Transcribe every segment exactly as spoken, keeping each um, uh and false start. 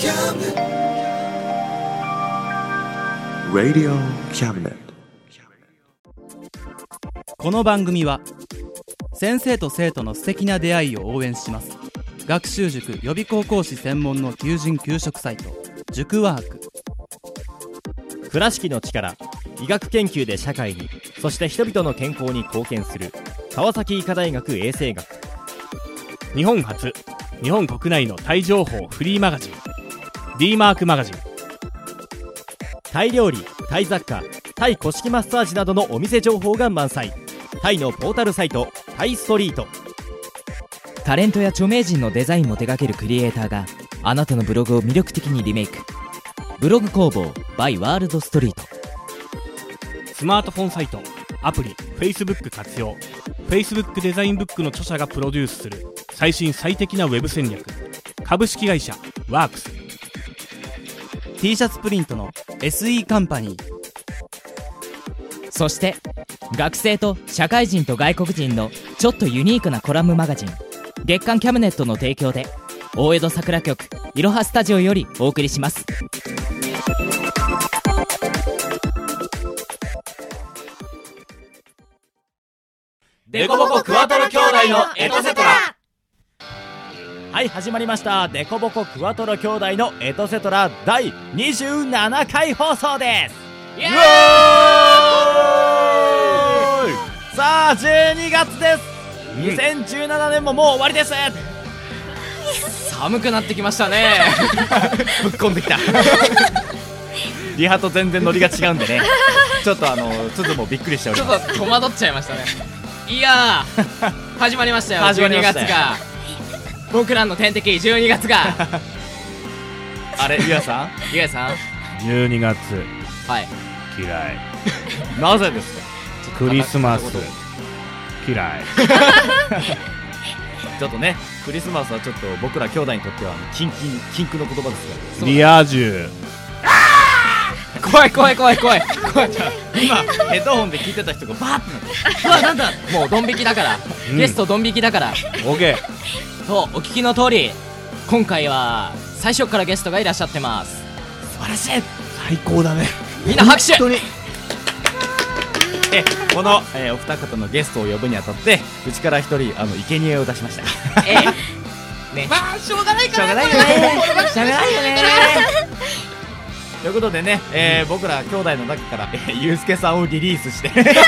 Radio Cabinet。 この番組は先生と生徒の素敵な出会いを応援します。学習塾予備高校師専門の求人・求職サイト塾ワーク。 倉敷の力、医学研究で社会に、そして人々の健康に貢献する川崎医科大学衛生学。 日本初、日本国内のタイ情報フリーマガジン D マークマガジン。 タイ料理、タイ雑貨、タイ古式マッサージなどのお店情報が満載。タイのポータルサイトタイストリート。 タレントや著名人のデザインも手掛けるクリエイターがあなたのブログを魅力的にリメイク。ブログ工房 by ワールドストリート。 スマートフォンサイト、アプリ、Facebook 活用。 Facebook デザインブックの著者がプロデュースする最新最適なウェブ戦略。株式会社ワークス。 T シャツプリントの エスイー カンパニー。 そして学生と社会人と外国人のちょっとユニークなコラムマガジン月刊キャムネットの提供で大江戸桜局いろはスタジオよりお送りします。 デコボコクワトロ兄弟のエトセトラ。はい、始まりました。デコボコクワトロ兄弟のエトセトラだいにじゅうななかい放送です。イエーイ。さあじゅうにがつです、うん、にせんじゅうななねんももう終わりです。 寒くなってきましたね。 ぶっこんできた。リハと全然ノリが違うんでね、ちょっとあの鈴もびっくりしております。 ちょっと戸惑っちゃいましたね。いやー始まりましたよ。じゅうにがつが僕らの天敵じゅうにがつがあれ、ゆあさんゆあさんじゅうにがつ、 はい、 嫌い。 なぜですか？ クリスマス嫌い。 ちょっとね、クリスマスはちょっと僕ら兄弟にとってはキンキン禁句の言葉ですから。 リア充。 怖い怖い怖い怖い怖い。 今ヘッドホンで聞いてた人がバーってなってうわ、なんだ、もうドン引きだから、うん、ゲストドン引きだから。 オーケー。 そう、お聞きの通り今回は最初からゲストがいらっしゃってます。 素晴らしい。 最高だね。 みんな拍手。 本当にえこの、えー、お二方のゲストを呼ぶにあたってうちから一人あの生贄を出しました。 ええね、まあしょうがないかな。 しょうがないよね。しょうがないよね。ということでね、えー、僕ら兄弟の中から、えー、ゆうすけさんをリリースして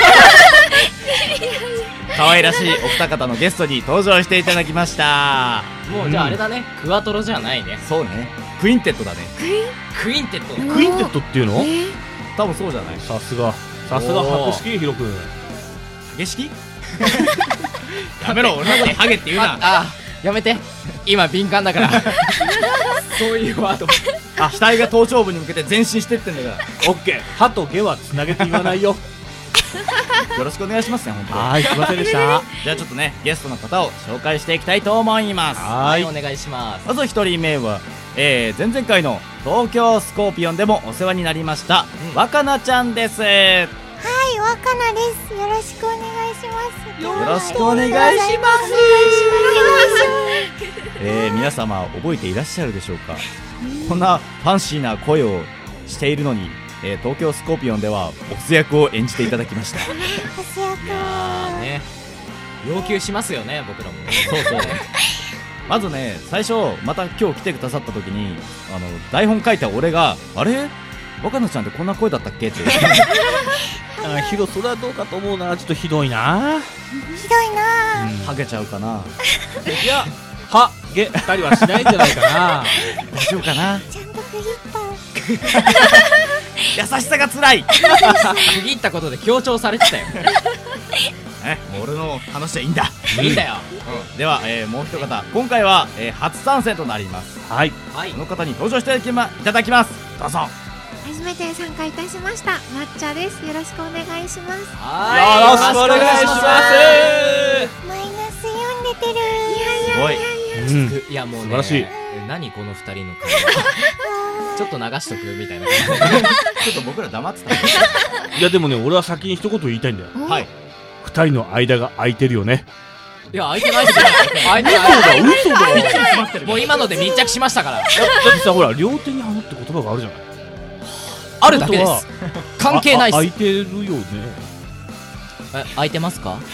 可愛らしいお二方のゲストに登場していただきました。 もうじゃああれだね、クワトロじゃないね。 そうね、クインテットだね。 クインテット。 クインテットっていうの？ 多分そうじゃない。 さすがさすが博識ひろくん。 激式？やめろ、俺のことハゲって言うな。 ああ、やめて、今敏感だから。そういうワード。 あ、額が頭頂部に向けて前進してってんだから。 オッケー。歯と毛はつなげて言わないよ。 よろしくお願いしますね、本当に。 はい、すいませんでした。 じゃあちょっとね、ゲストの方を紹介していきたいと思います。 はい、お願いします。 まずひとりめは、えー、前々回の東京スコーピオンでもお世話になりました、うん、若菜ちゃんです。 はい、若菜です。よろしくお願いします。 よろしくお願いします。えー、皆様覚えていらっしゃるでしょうか。こんなファンシーな声をしているのに、えー、東京スコーピオンではボス役を演じていただきました。 ボス役ね、要求しますよね、僕らも。 そうそう。まずね、最初また今日来てくださった時にあの台本書いた俺が、あれ若菜ちゃんってこんな声だったっけって。 あ、ヒロ、それはどうかと思うな。ちょっとひどいな。 ひどいな、 うん、ハゲちゃうかな。 いや、ハゲ二人はしないんじゃないかな。 大丈夫かな。 ちゃんと区切った。 優しさが辛い。 区切ったことで強調されてたよ。 え、もう俺の話はいいんだ。 いいんだよ。 うん、では、えー、もう一方、今回は、えー、初参戦となります。 はい、 はい、この方に登場していただきま、いただきます。どうぞ。 初めて参加いたしました抹茶です。よろしくお願いします。 はい、 よろしくお願いします。 マイナスよん出てる。 すごい。 うん、 いやもうね、 素晴らしい。 何この二人の会話。ちょっと流しとくみたいな。ちょっと僕ら黙ってた。 いやでもね、俺は先に一言言いたいんだよ。 はい。 二人の間が空いてるよね。 いや、開いてないっすよ。開いてない。 嘘だ嘘だ。 もう今ので密着しましたから。 だってさ、ほら両手に花って言葉があるじゃない。 あるだけです。関係ないっす。 開いてるよね。 え、開いてますか？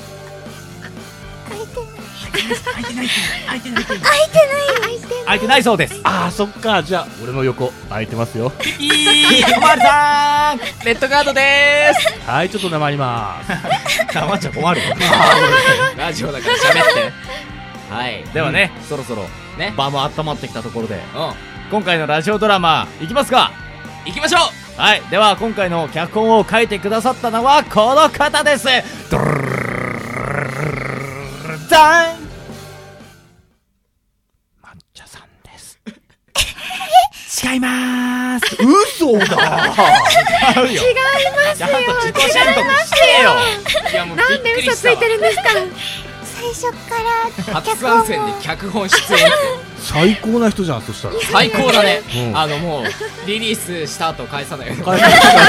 開いてない開いてない開いてない開いてない開いてない開いてないそうです。 あー、そっか。じゃあ俺の横開いてますよ。 いいおまわりさんレッドカードでーす。 はい、ちょっと黙りまーす。 黙っちゃ困るよ。 ラジオだから喋ってはい。 ではね、そろそろね、 場も温まってきたところでうん、 今回のラジオドラマいきますか。 行きましょう。 はい、では今回の脚本を書いてくださったのはこの方です。ドルルルルルルダン抹茶さんです。 違いまーす。 嘘だ違うよ。 違いますちゃんと自己申告してよ。 いやもうびなんでっくりしたわ嘘ついて。るんですか最初から初参戦で脚本出演って最高な人じゃん。そしたら最高だね。 うんあのもうリリースした後返さないよ。 マ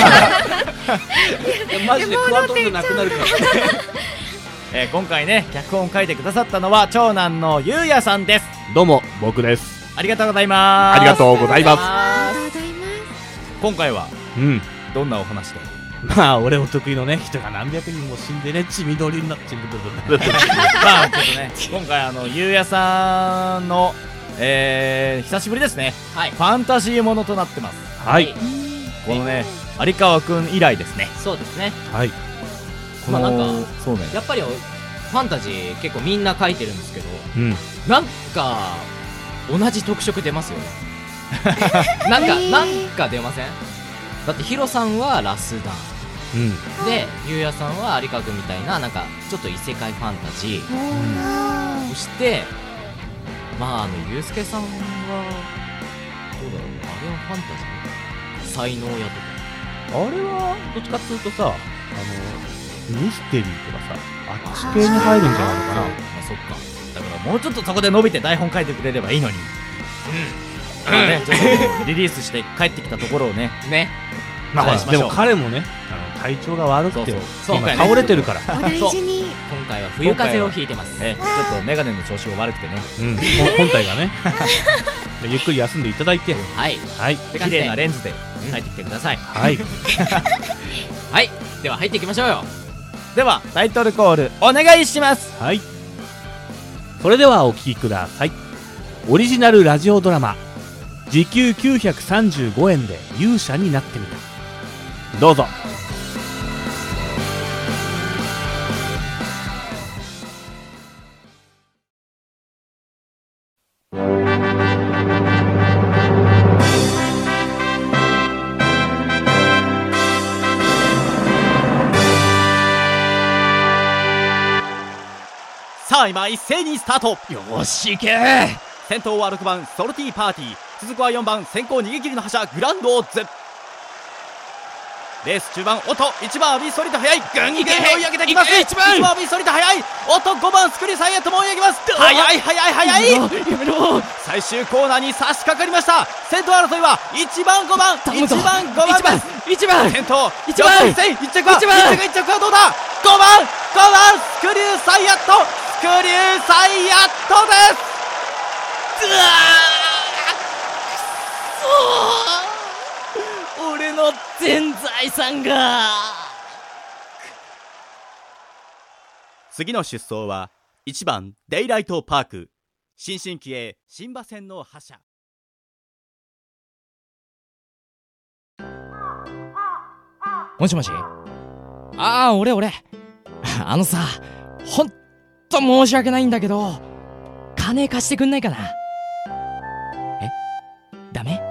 ジでクワトロじゃなくなるから。 えー今回ね脚本を書いてくださったのは長男のゆうやさんです。 どうも僕です。 ありがとうございます。 ありがとうございまありがとうございます今回はす。うん。 どんなお話で。 まあ俺お得意のね、人が何百人も死んでね、血みどりになっちみどりになっまあちょっとね今回あのゆうやさんのえー、久しぶりですね。 はい。 ファンタジーものとなってます。 はいこのね有川くん以来ですね。 そうですね。 はい。 このまあなんかそうねやっぱりファンタジー結構みんな書いてるんですけど、 うん。 なんか同じ特色出ますよね。なんか、 へーなんか出ません？だってヒロさんはラスダンうん。 で、ゆうやさんは有川くんみたいななんかちょっと異世界ファンタジー、そしてまああのゆうすけさんはどうだろう、あれはファンタジー才能やとかあれはどっちかっていうとさ、あのミステリーとかさ、あっち系に入るんじゃないのかな。 あそっか。だからもうちょっとそこで伸びて台本書いてくれればいいのに。うん、まあね、ちょっともうリリースして帰ってきたところをね。 ね。 まあお願いしましょうでも彼もね、あの体調が悪くてそうそう今倒れてるから。 お大事に今回は冬風邪をひいてます。 ね、ちょっとメガネの調子が悪くてね。 うん。ほ本体がね。でゆっくり休んでいただいて、 はい。 はい綺て感じで麗なレンズで帰ってきてください。 はい。 はい。では入っていきましょうよ。 ではタイトルコールお願いします。 はい。それではお聴きください。オリジナルラジオドラマ時給きゅうひゃくさんじゅうごえんで勇者になってみた。どうぞ。 さあ今一斉にスタート。 よーし、いけ先頭はろくばんソルティーパーティー、続くはよんばん先行逃げ切りの覇者グランドオッズ。レース中盤、おっといちばんアビソリと速い、ぐんぐん追い上げてきます。いちばんアビソリと速い、おっとごばんスクリューサイエットも追い上げます。速い速い速い、 やめろ。 最終コーナーに差し掛かりました。先頭争いはいちばんごばんいちばんごばんです。 いちばん先頭一番いっせんいっ着は一番いっ着いっ着はどうだ。ごばんごばんスクリューサイヤット、スクリューサイヤットです。 うわー、くそー、俺の全財産が。 次の出走はいちばんデイライトパーク、新進気鋭新馬戦の覇者。 もしもし。ああ、俺俺。あのさ、ほんと申し訳ないんだけど、金貸してくんないかな。え、ダメ？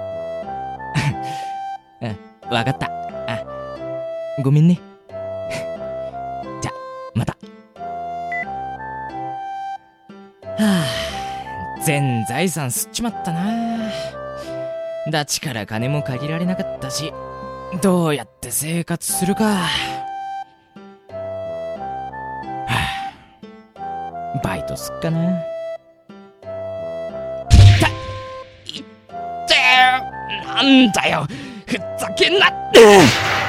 うん、わかった。あ、ごめんね。じゃ、また。はあ、全財産吸っちまったな。ダチから金も借りられなかったし、どうやって生活するか。はあ、バイトすっかな。たいってー、なんだよ、ふざけんなって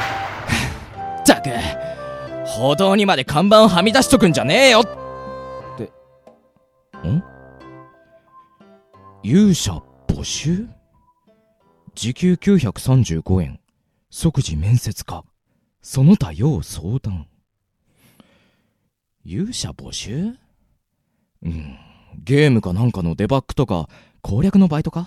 ったく、歩道にまで看板はみ出しとくんじゃねえよ。 ん？勇者募集？時給きゅうひゃくさんじゅうごえん、即時面接か、その他要相談。勇者募集？うん、ゲームかなんかのデバッグとか攻略のバイトか？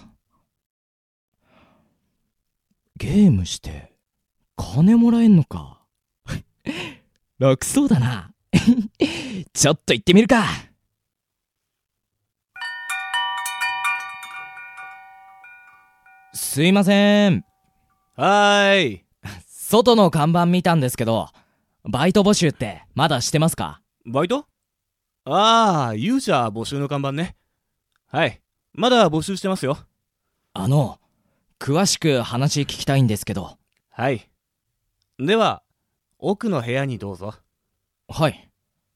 ゲームして金もらえんのか。楽そうだな。ちょっと行ってみるか。すいません。 はーい。 外の看板見たんですけど、バイト募集ってまだしてますか？ バイト？ああ、勇者募集の看板ね。はい。まだ募集してますよ。 あの、詳しく話聞きたいんですけど。 はい。では、奥の部屋にどうぞ。 はい。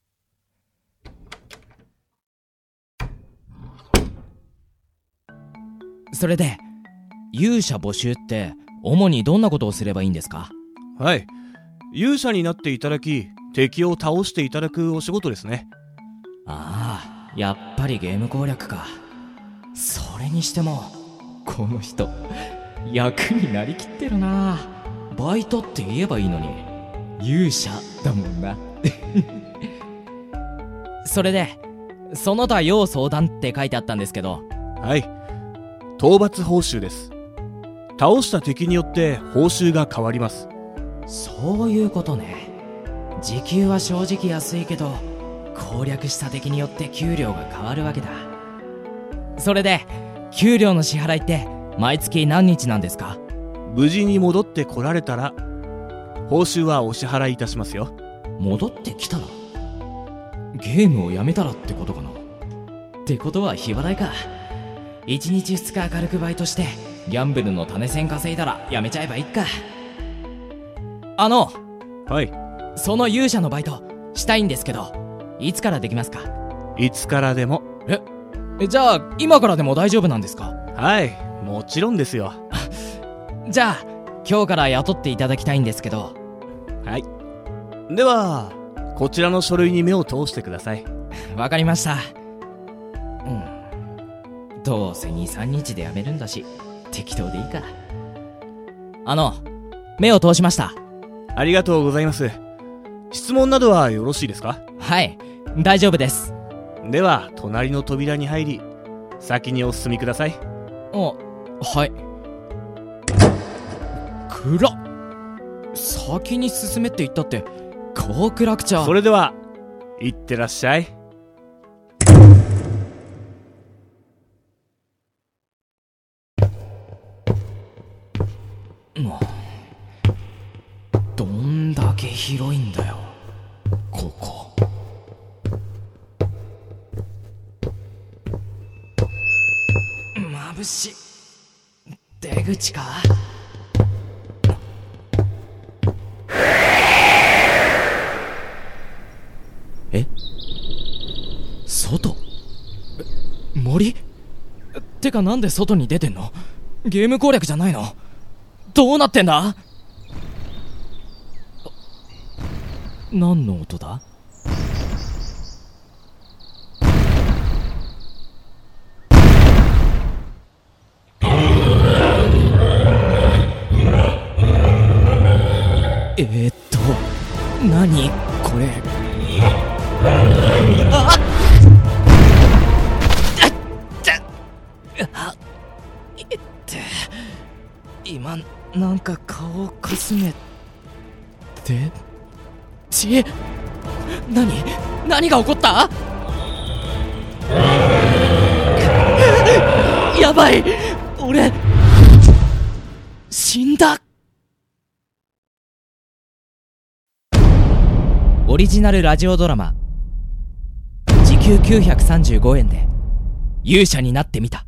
それで、勇者募集って主にどんなことをすればいいんですか？ はい。勇者になっていただき、敵を倒していただくお仕事ですね。 ああ、やっぱりゲーム攻略か。それにしてもこの人役になりきってるな。バイトって言えばいいのに勇者だもんな。それで、その他要相談って書いてあったんですけど。 はい。討伐報酬です。倒した敵によって報酬が変わります。 そういうことね。時給は正直安いけど、攻略した敵によって給料が変わるわけだ。それで、給料の支払いって毎月何日なんですか？ 無事に戻ってこられたら、報酬はお支払いいたしますよ。 戻ってきたら？ゲームをやめたらってことかな。ってことは日払いか。いちにちふつか明るくバイトしてギャンブルの種銭稼いだらやめちゃえばいいか。あの、 はい。 その勇者のバイトしたいんですけど、いつからできますか？ いつからでも。 ええじゃあ今からでも大丈夫なんですか？ はい、もちろんですよ。 じゃあ今日から雇っていただきたいんですけど。 はい。ではこちらの書類に目を通してください。 わかりました。うん、どうせ にさんにちで辞めるんだし適当でいいか。あの、目を通しました。 ありがとうございます。質問などはよろしいですか？ はい、大丈夫です。 では隣の扉に入り、先にお進みください。 あ、はい。暗っ。先に進めって言ったってこう暗くちゃ。 それでは行ってらっしゃい。 どんだけ広いんだよここ。眩しい。出口か？え？外？森？てかなんで外に出てんの？ゲーム攻略じゃないの？どうなってんだ？何の音だ？えーっと何これ。あっあっえって今なんか顔をかすめてち何何が起こった？やばい、俺死んだ。オリジナルラジオドラマ時給きゅうひゃくさんじゅうごえんで勇者になってみた。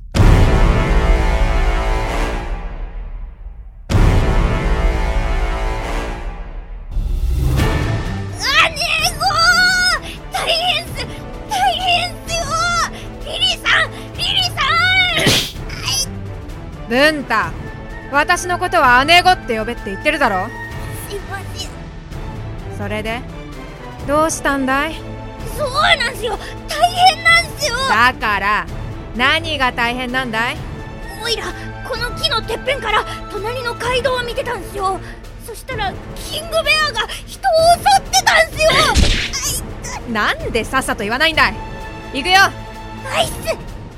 文太、私のことは姉子って呼べって言ってるだろ。 すいません。 それでどうしたんだい？ そうなんすよ、大変なんすよ。 だから何が大変なんだい？ おいらこの木のてっぺんから隣の街道を見てたんすよ。そしたらキングベアが人を襲ってたんすよ。 なんでさっさと言わないんだい。行くよ。 はいっす。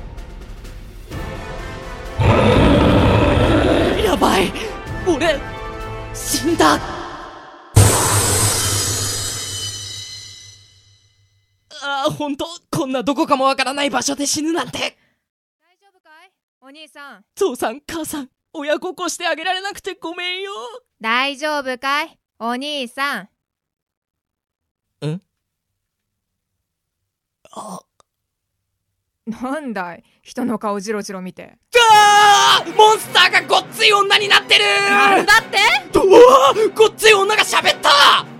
やばい、俺死んだ。ああ、ほんとこんなどこかもわからない場所で死ぬなんて。 大丈夫かいお兄さん。 父さん母さん、親孝行してあげられなくてごめんよ。 大丈夫かいお兄さん。 ん？あ、 なんだい、人の顔ジロジロ見て。 あー、モンスターがごっつい女になってる。 なんだって？ うわー、ごっつい女が喋った。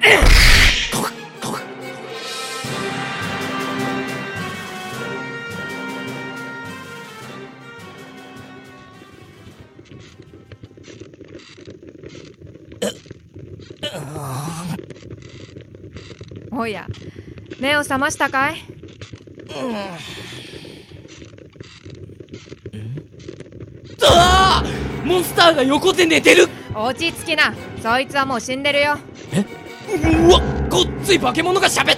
おや、目を覚ましたかい？ あー、モンスターが横で寝てる。 落ち着きな、そいつはもう死んでるよ。 え、うわ、ごっつい化け物が喋った。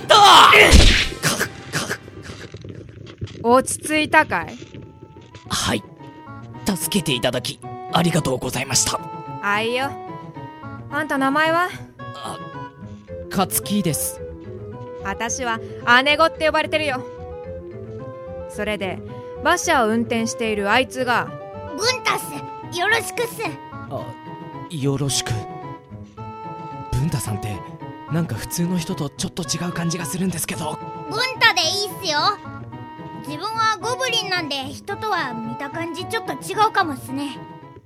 落ち着いたかい？ はい、助けていただきありがとうございました。 あいよ。あんた名前は？ あ、カツキです。 私は姉子って呼ばれてるよ。それで馬車を運転しているあいつがブンタっす。よろしくっす。 あ、よろしく。ブンタさんってなんか普通の人とちょっと違う感じがするんですけど。 ブンタでいいっすよ。自分はゴブリンなんで人とは見た感じちょっと違うかもっすね。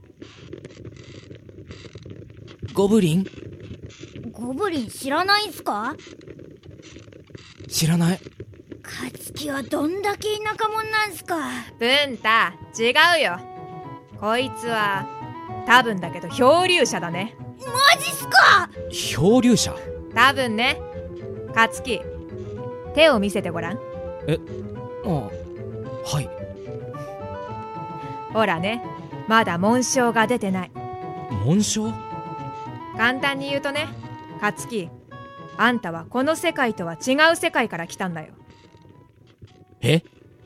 ゴブリン？ ゴブリン知らないんすか？ 知らない。 カツキはどんだけ田舎者なんすか？ ブンタ、違うよ。こいつは多分だけど漂流者だね。 マジっすか？ 漂流者？ 多分ね。カツキ、手を見せてごらん。 え、あ、はい。 ほらね、まだ紋章が出てない。 紋章？ 簡単に言うとね、カツキ、あんたはこの世界とは違う世界から来たんだよ。 え？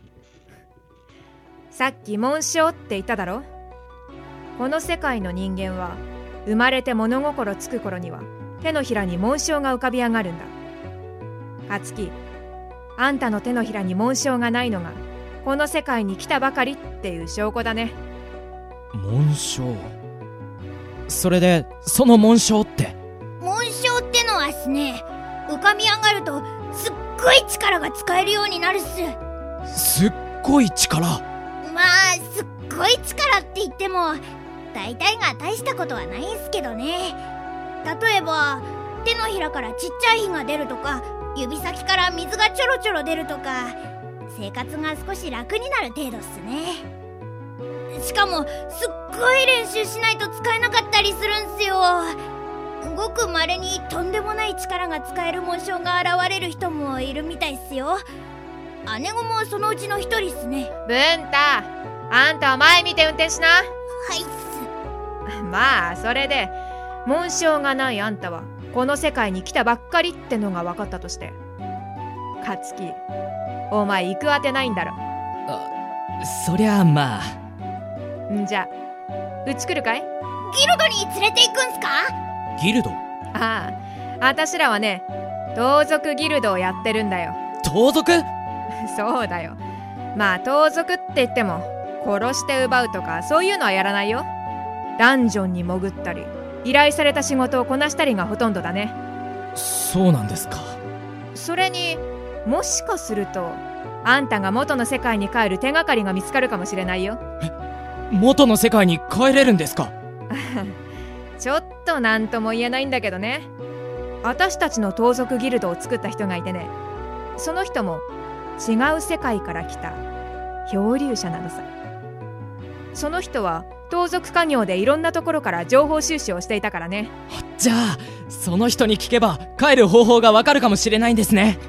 さっき紋章って言っただろ。この世界の人間は生まれて物心つく頃には手のひらに紋章が浮かび上がるんだ。カツキ、あんたの手のひらに紋章がないのがこの世界に来たばかりっていう証拠だね。 紋章？それでその紋章って？ 紋章ってのはっすね、浮かび上がるとすっごい力が使えるようになるっす。 すっごい力？ まあすっごい力って言っても大体が大したことはないんすけどね。例えば手のひらからちっちゃい火が出るとか、指先から水がちょろちょろ出るとか、生活が少し楽になる程度っすね。しかもすっごい練習しないと使えなかったりするんすよ。ごく稀にとんでもない力が使える紋章が現れる人もいるみたいっすよ。姉子もそのうちの一人っすね。 ブンタ、あんたは前見て運転しな。 はいっす。 まあそれで紋章がないあんたはこの世界に来たばっかりってのが分かったとして、カツキ、お前行くあてないんだろ。 あ、そりゃあまあ。 んじゃうち来るかい？ ギルドに連れて行くんすか？ ギルド？ ああ、あたしらはね、盗賊ギルドをやってるんだよ。 盗賊？ そうだよ。まあ盗賊って言っても殺して奪うとかそういうのはやらないよ。ダンジョンに潜ったり依頼された仕事をこなしたりがほとんどだね。 そうなんですか。 それにもしかするとあんたが元の世界に帰る手がかりが見つかるかもしれないよ。 え、元の世界に帰れるんですか？ ちょっとなんとも言えないんだけどね。私たちの盗賊ギルドを作った人がいてね、その人も違う世界から来た漂流者なのさ。その人は盗賊家業でいろんなところから情報収集をしていたからね。 じゃあその人に聞けば帰る方法がわかるかもしれないんですね。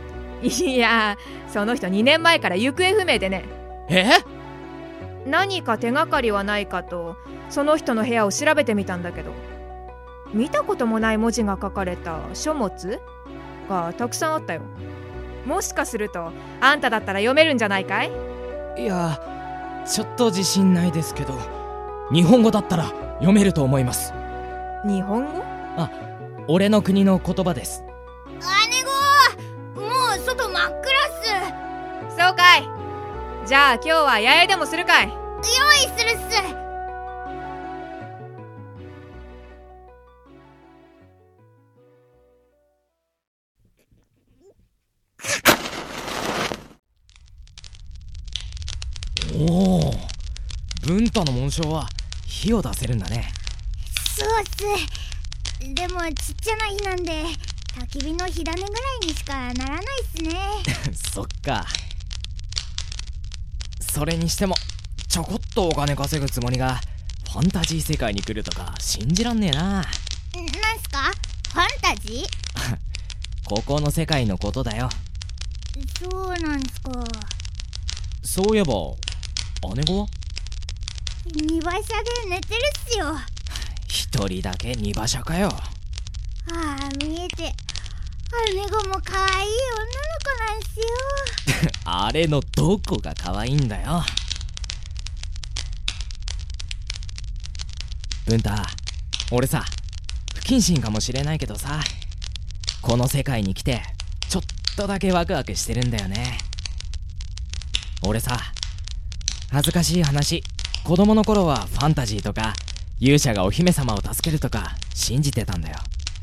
いや、その人にねんまえから行方不明でね。 え？ 何か手がかりはないかとその人の部屋を調べてみたんだけど、見たこともない文字が書かれた書物がたくさんあったよ。もしかするとあんただったら読めるんじゃないかい？ いや、ちょっと自信ないですけど、日本語だったら読めると思います。 日本語？ あ、俺の国の言葉です。 姉子、もう外真っ暗っす。 そうかい。じゃあ今日は八重でもするかい？ 用意するっす。 おお、文太の紋章は火を出せるんだね。 そうっす。でもちっちゃな火なんで焚き火の火種ぐらいにしかならないっすね。 そっか。それにしてもちょこっとお金稼ぐつもりがファンタジー世界に来るとか信じらんねえな。 なんすか？ファンタジー？ ここの世界のことだよ。 そうなんすか。 そういえば姉子は？ 二馬車で寝てるっすよ。 一人だけ二馬車かよ。 ああ、見えて姉子も可愛い女の子なんすよ。 あれのどこが可愛いんだよ。文太、俺さ不謹慎かもしれないけどさ、この世界に来てちょっとだけワクワクしてるんだよね。俺さ、恥ずかしい話、子供の頃はファンタジーとか勇者がお姫様を助けるとか信じてたんだよ。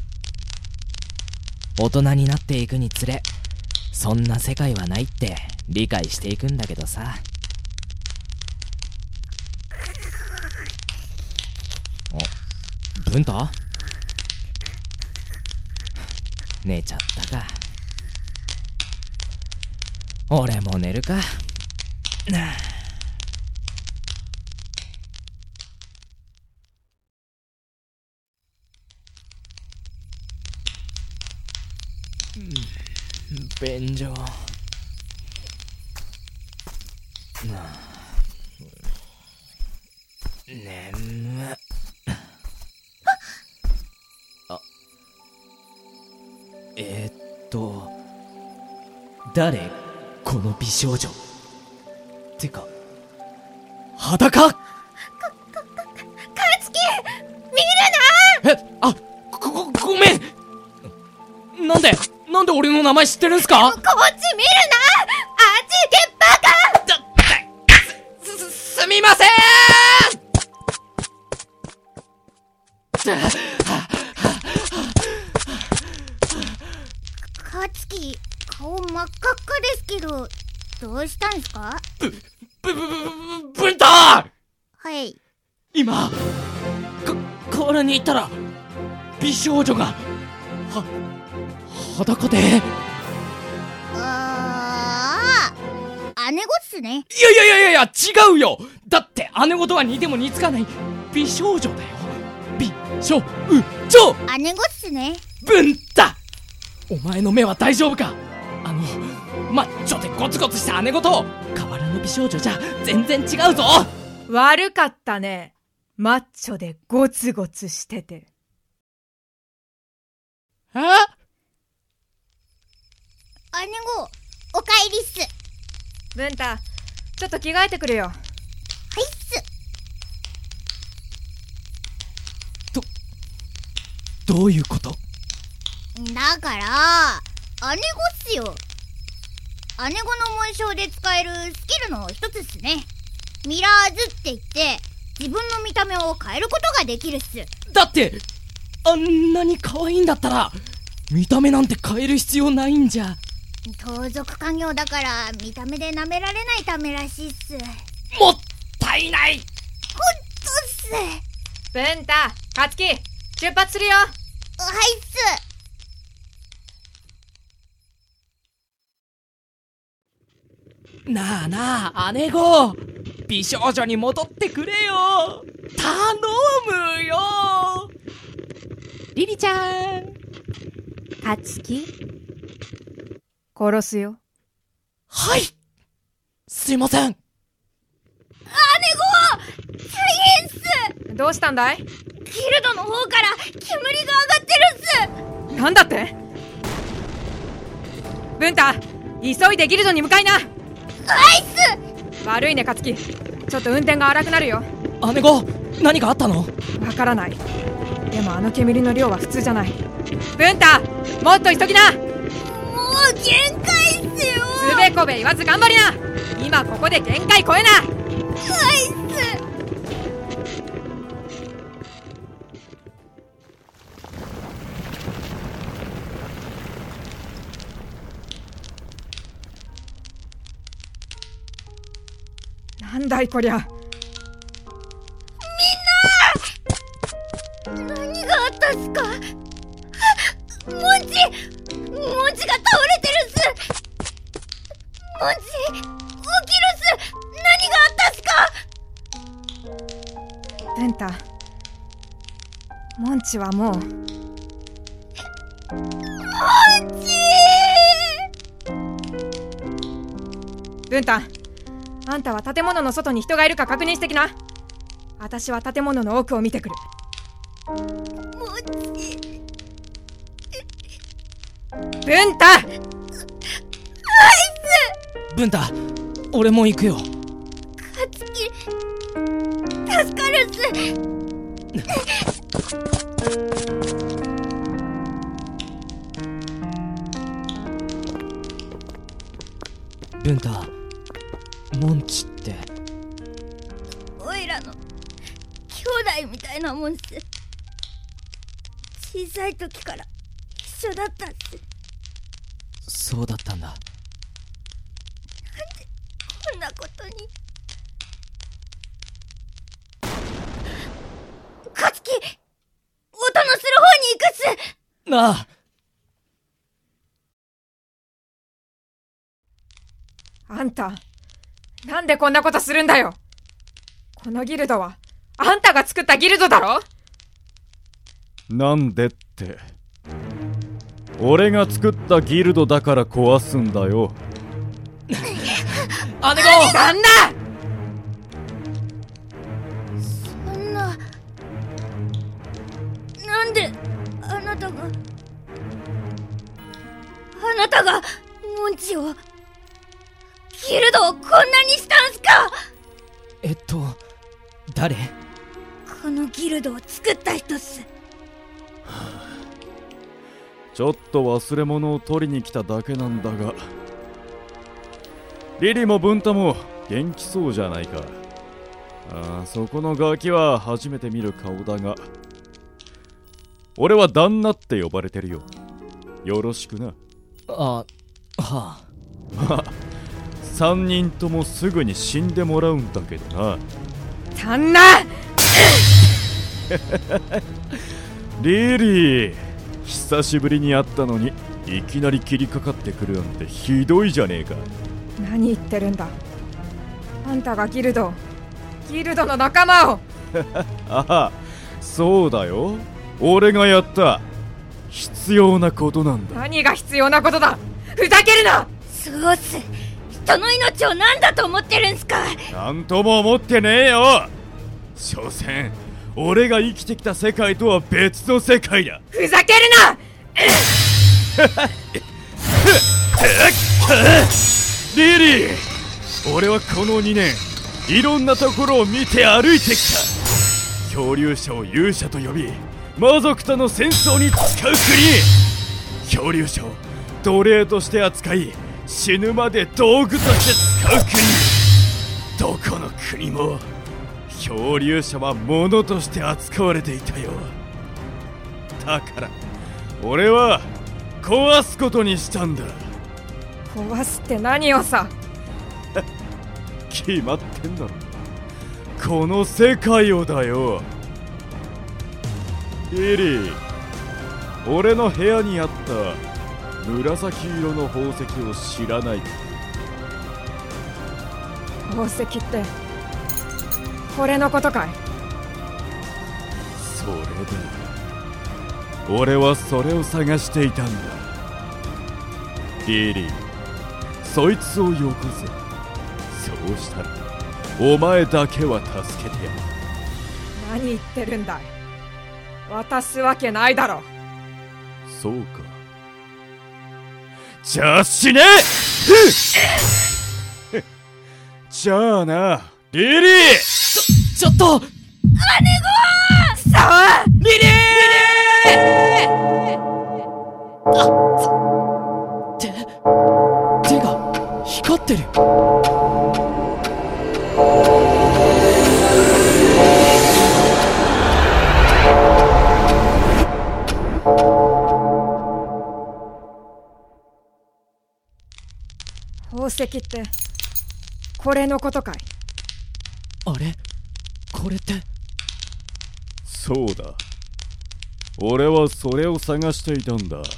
大人になっていくにつれ、そんな世界はないって理解していくんだけどさ。お、文太？寝ちゃったか。俺も寝るか。便所。眠っ。あ、えー、っと誰？この美少女てか裸？か、か、 か、かつき見るな。 え、あ、ご、ご、ごめん。なんでなんで俺の名前知ってるんすか？ こっち見るな。あっちゲッパーか。 だ、す、す、すみませーん。 かつき、顔真っ赤っかですけど、どうしたんすか？ ぶ、ぶ、ぶ、ぶ、ぶんた！ はい。 今、か、河原に行ったら、美少女が、は、裸で。 ああ、姉子っすね。 いやいやいやいや、違うよ。だって姉子とは似ても似つかない美少女だよ。美少女。 姉子っすね。 文太、お前の目は大丈夫か？あのマッチョでゴツゴツした姉子と河原の美少女じゃ全然違うぞ。 悪かったね。マッチョでゴツゴツしてて。 え？ 姉子、おかえりっす。 文太、ちょっと着替えてくるよ。 はいっす。 ど、どういうこと？ だから姉子っすよ。姉子の紋章で使えるスキルの一つっすね。ミラーズって言って自分の見た目を変えることができるっす。 だってあんなに可愛いんだったら見た目なんて変える必要ないんじゃ。 盗賊家業だから見た目で舐められないためらしいっす。 もったいない。 ほんとっす。 文太、かつき、出発するよ。 はいっす。 なあなあ姉子、美少女に戻ってくれよ。頼むよ。 リリちゃん、かつき、 殺すよ。 はい。すいません。姉御、大変っす。 どうしたんだい？ ギルドの方から煙が上がってるっす。 なんだって？ブンタ、急いでギルドに向かいな。はいっす。 悪いね、カツキ。ちょっと運転が荒くなるよ。 姉御、何かあったの？ わからない。でもあの煙の量は普通じゃない。ブンタ、もっと急ぎな。 もう限界っすよ。 つべこべ言わず頑張りな。今ここで限界超えな。 はいっす。 なんだいこりゃ。 みんな、何があったっすか？モンチ、モンチが倒れてるっす。モンチ、起きるっす。何があったっすか？ ブンタ、モンチはもう。 モンチブンタ、あんたは建物の外に人がいるか確認してきな。私は建物の奥を見てくる。 モンチ、 ブンタ。 はいっす。 ブンタ、俺も行くよ。 カツキ、助かるっす。 ブンタ、モンチって。 おいらの兄弟みたいなもんっす。小さい時から一緒だったっす。 そうだったんだ。 なんでこんなことに。カツキ、音のする方に行くっす。 なあ。 あんた、なんでこんなことするんだよ。このギルドはあんたが作ったギルドだろ。 なんでって、俺が作ったギルドだから壊すんだよ。 姉御、 旦那。 そんな、なんであなたがあなたがモンチを、ギルドをこんなにしたんすか？ えっと誰？ このギルドを作った人っす。 ちょっと忘れ物を取りに来ただけなんだが、リリもブンタも元気そうじゃないか。ああ、そこのガキは初めて見る顔だが、俺は旦那って呼ばれてるよ。よろしくな。 あ、はあ。 まあ三人ともすぐに死んでもらうんだけどな。 旦那リリー、久しぶりに会ったのにいきなり切りかかってくるなんてひどいじゃねえか。 何言ってるんだ。あんたがギルドギルドの仲間をああ、そうだよ。俺がやった必要なことなんだ。 何が必要なことだ。ふざけるな。 そうっす。人の命を何だと思ってるんすか。 なんとも思ってねえよ。所詮俺が生きてきた世界とは別の世界だ。 ふざけるなリリー、俺はこのにねんいろんなところを見て歩いてきた。漂流者を勇者と呼び、魔族との戦争に使う国。漂流者を奴隷として扱い、死ぬまで道具として使う国。どこの国も漂流者は物として扱われていたよ。だから俺は壊すことにしたんだ。 壊すって何をさ。 決まってんだろ、この世界をだよ。リリー、俺の部屋にあった紫色の宝石を知らないか？ 宝石ってこれのことかい？ それで俺はそれを探していたんだ。リリー、 そいつをよこせ。そうしたらお前だけは助けてやる。 何言ってるんだい。渡すわけないだろ。 そうか。じゃあ死ねじゃあな、リリー。 ちょ、ちょっと姉子さあリリーあ、手、手が光ってる。 宝石ってこれのことかい。 あれ、これって。 そうだ、俺はそれを探していたんだ。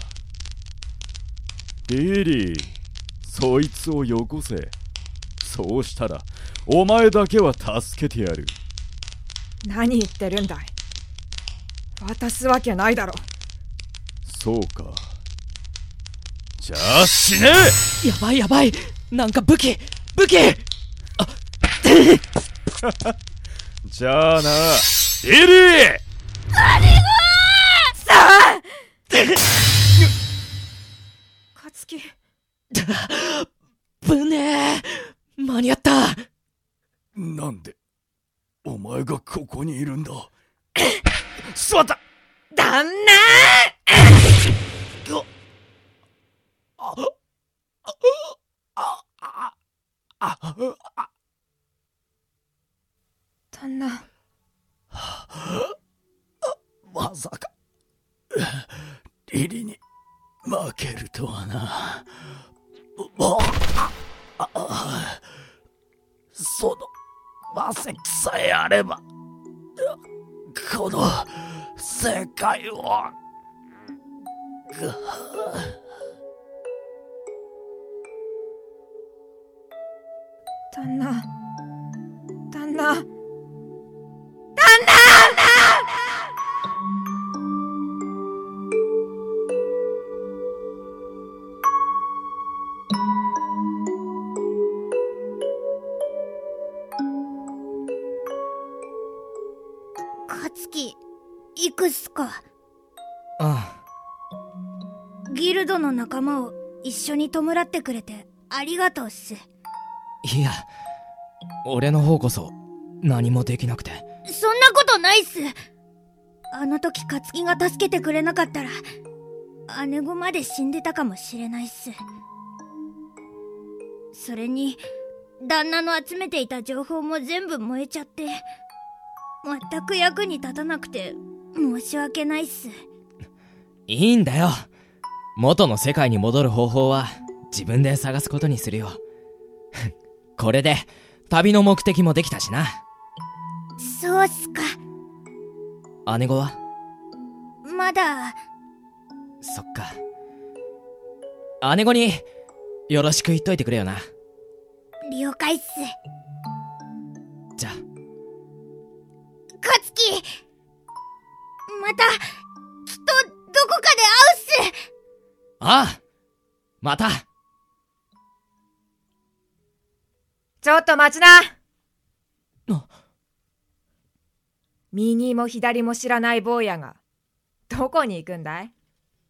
リリー、そいつをよこせ。そうしたらお前だけは助けてやる。 何言ってるんだい。渡すわけないだろ。 そうか。じゃあ死ね。 やばいやばい、なんか武器武器。あじゃあな、リリー。 あれがさあかつきぶねえ、間に合った。 なんでお前がここにいるんだ。しまった。 旦那あああああ旦那、 まさかリリに負けるとはな。ああ、その魔石さえあればこの世界を。 旦那、旦那、旦那。 かつき、行くっすか。 ああ。ギルドの仲間を一緒に弔ってくれてありがとうっす。 いや、俺の方こそ何もできなくて。 そんなことないっす。あの時かつきが助けてくれなかったら姉子まで死んでたかもしれないっす。それに旦那の集めていた情報も全部燃えちゃって全く役に立たなくて申し訳ないっす。 いいんだよ、元の世界に戻る方法は自分で探すことにするよ。これで旅の目的もできたしな。 そうっすか。 姉子はまだ。 そっか。姉子によろしく言っといてくれよな。 了解っす。 じゃあ。 かつき、またきっとどこかで会うっす。 ああ、また。 ちょっと待ちな。 あ、 右も左も知らない坊やがどこに行くんだい。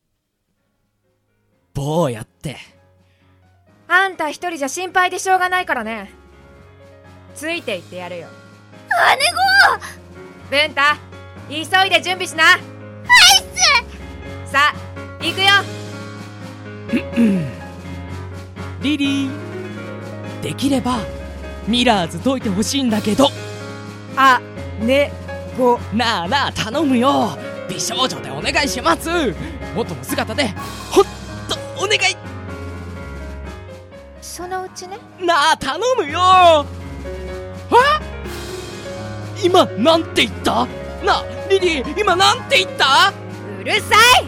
坊やってあんた一人じゃ心配でしょうがないからね。ついて行ってやるよ。 姉子。 文太、急いで準備しな。はいっす。さあ行くよ。 リリー、できればミラーズ解いてほしいんだけど。 あねごなあなあ頼むよ、美少女でお願いします。元の姿でほっとお願い。 そのうちね。 なあ頼むよ。あ、今なんて言った？なあリリー、今なんて言った？ うるさい。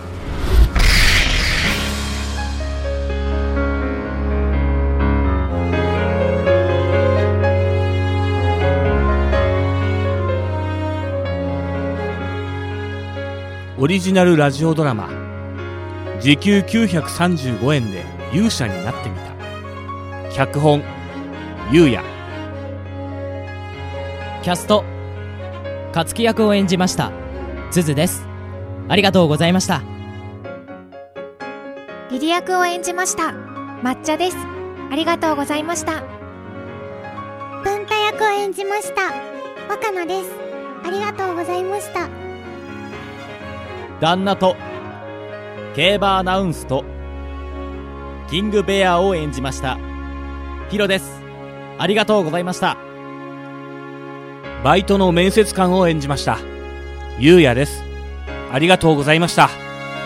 オリジナルラジオドラマ時給きゅうひゃくさんじゅうごえんで勇者になってみた。 脚本ゆうや。 キャスト勝木役を演じましたズズです。ありがとうございました。 リリ役を演じました抹茶です。ありがとうございました。 文太役を演じました若菜です。ありがとうございました。 旦那と競馬アナウンスとキングベアを演じましたヒロです。ありがとうございました。 バイトの面接官を演じましたゆうやです。ありがとうございました。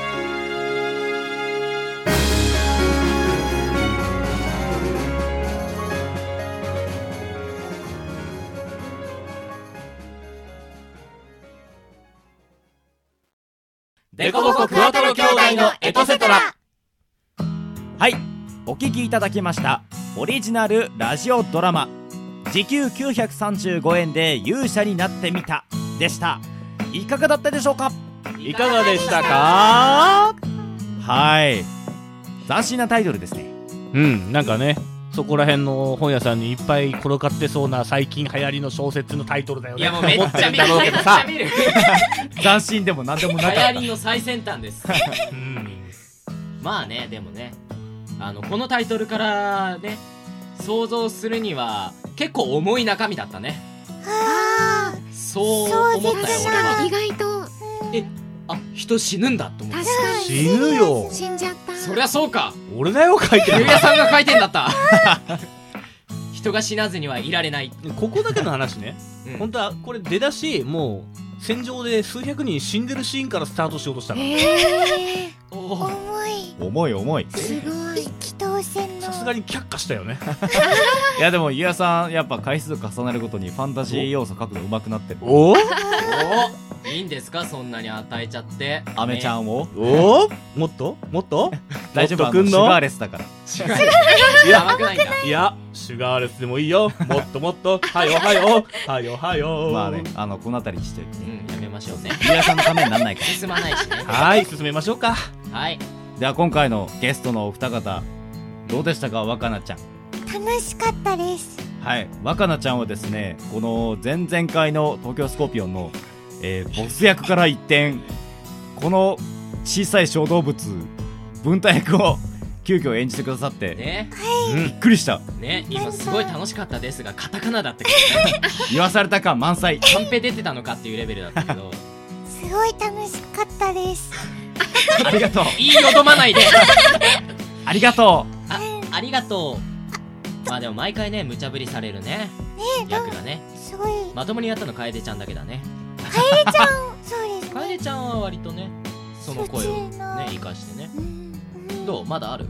デコボコクワトロ兄弟のエトセトラ。はい、お聞きいただきましたオリジナルラジオドラマ時給きゅうひゃくさんじゅうごえんで勇者になってみたでした。いかがだったでしょうか。 いかがでしたか。 はい、斬新なタイトルですね。 うん、なんかね、そこら辺の本屋さんにいっぱい転がってそうな最近流行りの小説のタイトルだよね。 いやもうめっちゃ見る、めっちゃ見る。 斬新でも何でもなかった。 流行りの最先端です。うん、まあね、でもね、あのこのタイトルからね想像するには結構重い中身だったね。 ああ、 そう思ったよ俺は。 意外とえ、あ、人死ぬんだと思って。 確かに死ぬよ。 死んじゃった。 そりゃそうか。 俺だよ書いてる。 ゆうやさんが書いてんだった。人が死なずにはいられない。 ここだけの話ね、 うん、 本当はこれ出だしもう戦場で数百人死んでるシーンからスタートしようとしたの。 えー、 重い重い重い。 すごい気動線の。 さすがに却下したよね。 いやでもゆうやさんやっぱ回数重ねるごとにファンタジー要素書くの上手くなってる。 おおいいんですか、そんなに与えちゃって。 アメちゃんを、 おおもっともっと大丈夫、 もっとくんのシュガーレスだから。 シュガーレス甘くないんだ。 いやシュガーレスでもいいよ。もっともっとはよはよはよはよ。 まあね、あのこの辺りにしておいて、 うん、やめましょうね。 ゆうやさんのためになんないから。 進まないしね。 はい進めましょうか。 はい、 では今回のゲストのお二方どうでしたか。若菜ちゃん。 楽しかったです。 はい、若菜ちゃんはですね、この前々回の東京スコーピオンの、えー、ボス役から一転、この小さい小動物文太役を急遽演じてくださってね、 びっくりしたね。今すごい楽しかったですがカタカナだったけどね。 言わされた感満載。 カンペ出てたのかっていうレベルだったけど。 すごい楽しかったです。 ありがとう。 言いよどまないで。 ありがとう。 あ、ありがとう。まあでも毎回ね無茶ぶりされるね、役がね。 すごいまともにやったの楓ちゃんだけだね。 楓ちゃんそうですね。 楓ちゃんは割とねその声をね生かしてね。どう、まだある？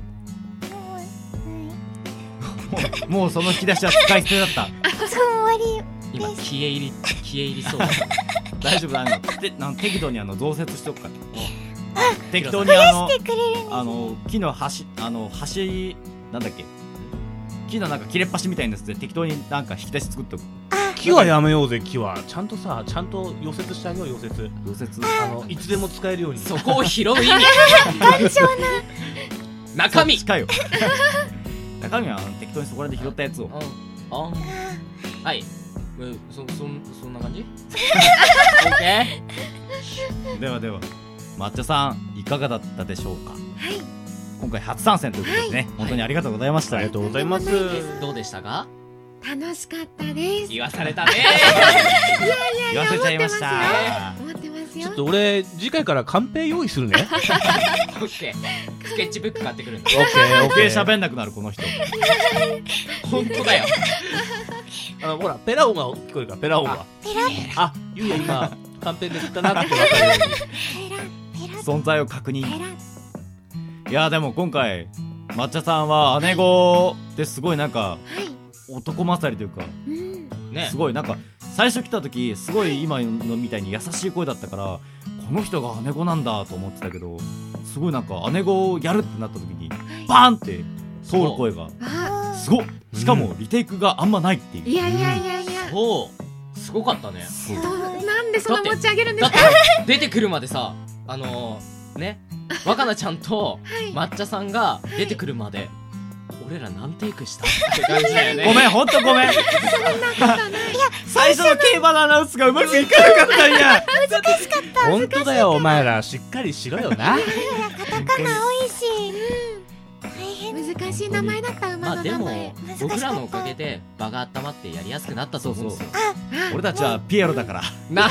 もうその引き出しは使い捨てだった。 終わり。 今消え入り消え入りそうだ。 大丈夫だ。あのてあの適度にあの増設しておくから。適当にあのあの木の端あの端なんだっけ、木のなんか切れっ端みたいなやつで適当になんか引き出し作っとく。 木はやめようぜ。木はちゃんとさ、ちゃんと溶接してあげよう。溶接溶接あのいつでも使えるように。 そこを拾う意味。 頑丈な中身近いよ。中身は適当にそこらで拾ったやつを。 ああ、はい。そそそんな感じ？オッケー。ではでは抹茶さんいかがだったでしょうか。 はい、 今回初参戦ということでね、はい、本当にありがとうございました。 ありがとうございます。 どうでしたか。 楽しかったです。 言わされたね。 いやいやいや、 言わせちゃいました。 思ってますよ。 ちょっと俺次回からカンペ用意するね。 オッケー。スケッチブック買ってくるんだ。 オッケーオッケー。喋んなくなるこの人。 本当だよ。 あのほらペラオが聞こえるからペラオが。 ペラ。 あ、ゆうや今カンペで言ったなって分かるように。 存在を確認。いやでも今回抹茶さんは姉子ですごいなんか、はい、男勝りというか、うんね、すごいなんか最初来た時すごい今のみたいに優しい声だったからこの人が姉子なんだと思ってたけど、すごいなんか姉子をやるってなった時にバーンって通る声がすごっ。しかもリテイクがあんまないっていう。 いやいやいやいや、 そうすごかったね。 なんでそんな持ち上げるんですか。 だって出てくるまでさ、あのー、ね若菜ちゃんと抹茶さんが出てくるまで俺ら何テイクしたって感じだよね。 ごめん、ほんとごめん。 そんなことない。いや、 最初の競馬のアナウンスがうまくいかなかったんや。 難しかった。 本当だよ、お前らしっかりしろよな。 いやカタカナ多いし、大変難しい名前だった馬まあでの名前。 も僕らのおかげで場が温まってやりやすくなったと思うんですよ。 俺たちはピエロだから。 な入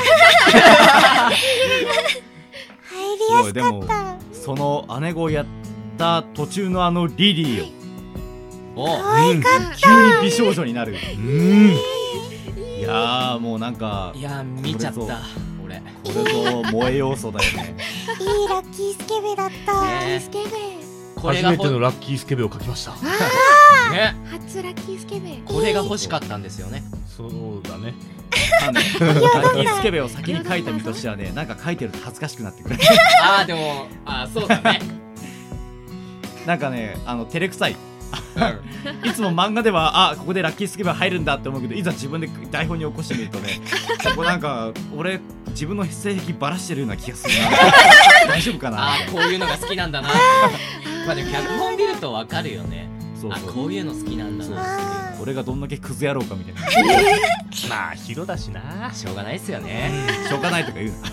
りやすかった。 その姉子をやった途中のあのリリーをお可愛かった。 急に美少女になる。うんいやーもうなんかいや見ちゃった俺。 これぞ萌え要素だよね。 いいラッキースケベだった。 ねスケベ。 これがほ初めてのラッキースケベを書きました。 ね初ラッキースケベ。 これが欲しかったんですよね。 そうだね。 あのねラッキースケベを先に書いた身としてはね、なんか書いてると恥ずかしくなってくる。 ああでもあーそうだね。 なんかね、あの照れくさい。いつも漫画ではあここでラッキースケベ入るんだって思うけど、いざ自分で台本に起こしてみるとね、ここなんか俺自分の性癖ばらしてるような気がするな。大丈夫かな。 あーこういうのが好きなんだな。まあでも脚本見るとわかるよね。 そうそうあこういうの好きなんだな。 俺がどんだけクズ野郎かみたいな。 まあヒロだしな。 しょうがないっすよね。 しょうがないとか言うな。い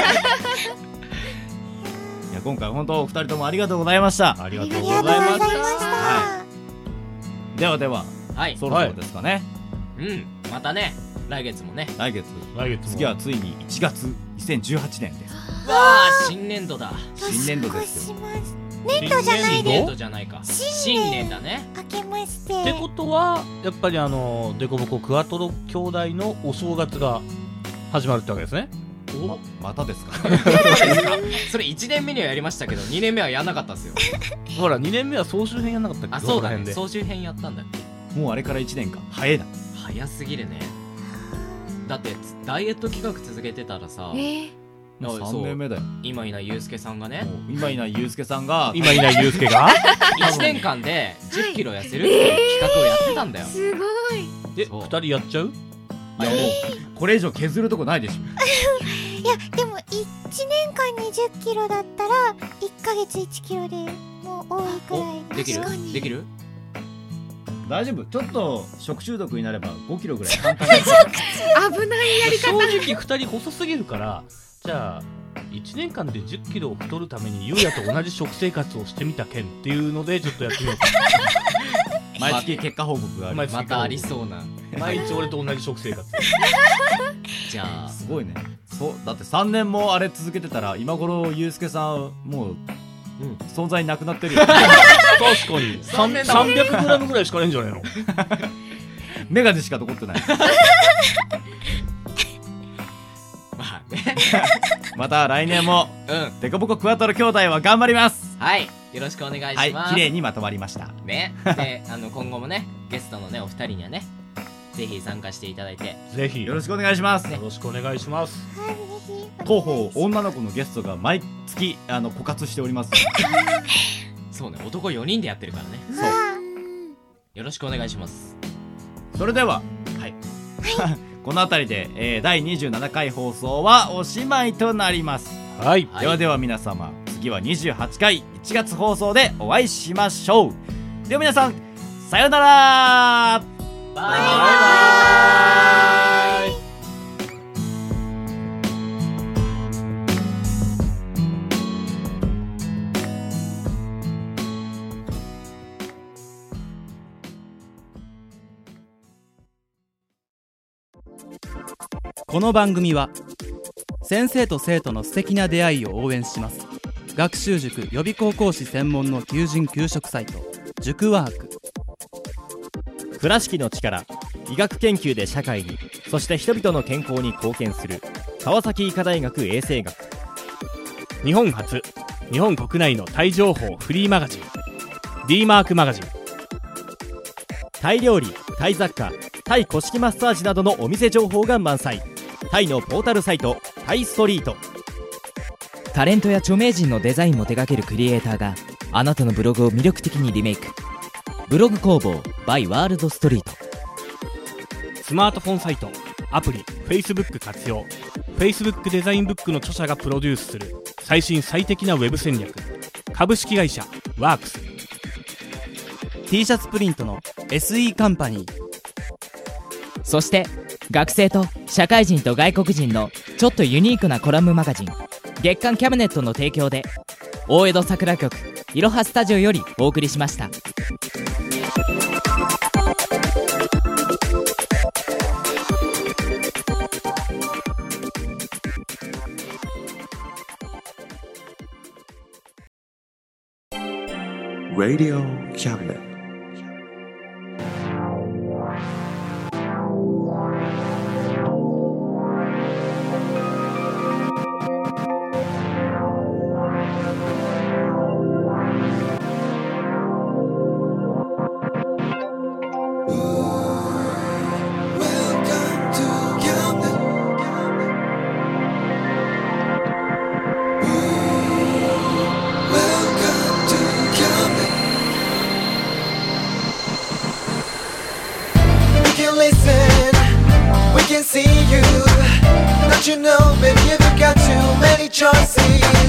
や今回本当お二人ともありがとうございました。 ありがとうありがとうございます。 ございました。 はではでははい。 そろそろですかね。 うんまたね来月もね。 来月来月も次はついにいちがつにせんじゅうはちねんです。 わあ新年度だ。 新年度ですよ。 年越します。年度じゃない新年で度じゃないか。 新新年年だね。 す。明けまして。 ってことはやっぱりあのデコボコクワトロ兄弟のお正月が始まるってわけですね。 ままたですか。 それいちねんめにはやりましたけどにねんめはやんなかったっすよ。 ほらにねんめは総集編やんなかったっけ。 あそうだね。 どこら辺で総集編やったんだっけ。 もうあれからいちねんか。早いな。 早すぎるね。だってダイエット企画続けてたらさ、 えー、 もうそうさんねんめだよ。 今いないゆうすけさんがねもう今いないゆうすけさんが今いないユうスケがいちねんかんでじゅっキロ痩せるっていう企画をやってたんだよ。 すごい。 でそうふたりやっちゃう。 いやもうこれ以上削るとこないでしょ。 いやでもいちねんかんにじゅっキロだったらいっかげついちキロでもう多いくらい。 できる確かにできる。 大丈夫。ちょっと食中毒になればごキロぐらい簡単に。 危ないやり正方。 直ふたり細すぎるからじゃあいちねんかんでじゅっキロを太るためにゆうやと同じ食生活をしてみた件っていうのでちょっとやってみようか。 毎月結果報告がある。 毎月またありそうな。 毎日俺と同じ食生活。 じゃあすごいね。そうだってさんねんもあれ続けてたら今頃ゆうすけさんもう、うん、存在なくなってるよ。 確かにさんねんださんびゃくグラムぐらいしかないんじゃないの。 メガネしか残ってない。 まあね。 また来年もうんデコボコクワトロ兄弟は頑張ります。 はいよろしくお願いします。 はい、綺麗にまとまりました。 ねであの今後もねゲストのねお二人にはねぜひ参加していただいてぜひよろしくお願いします。 よろしくお願いします。 はいぜひ広報女の子のゲストが毎月あの枯渇しております。 そうね男よにんでやってるからね。 そうよろしくお願いします。 それでは、はい、この辺りで、えー、だいにじゅうななかい放送はおしまいとなります。 はい、 はいではでは皆様次はにじゅうはちかいいちがつ放送でお会いしましょう。では皆さんさようなら。 バイバイ。 この番組は先生と生徒の素敵な出会いを応援します。学習塾予備高校師専門の求人・求職サイト塾ワーク。 倉敷の力、医学研究で社会に、そして人々の健康に貢献する川崎医科大学衛生学。 日本初日本国内のタイ情報フリーマガジン D マークマガジン。 タイ料理、タイ雑貨、タイ古式マッサージなどのお店情報が満載。タイのポータルサイトタイストリート。 タレントや著名人のデザインも手掛けるクリエイターがあなたのブログを魅力的にリメイク。ブログ工房 by ワールドストリート。 スマートフォンサイトアプリ Facebook 活用。 Facebook デザインブックの著者がプロデュースする最新最適なウェブ戦略。株式会社ワークス。 T シャツプリントの エスイー カンパニー、 そして学生と社会人と外国人のちょっとユニークなコラムマガジン月刊キャムネットの提供で大江戸桜局いろはスタジオよりお送りしました。 Radio Cabinet. You know, baby, you've got too many choices.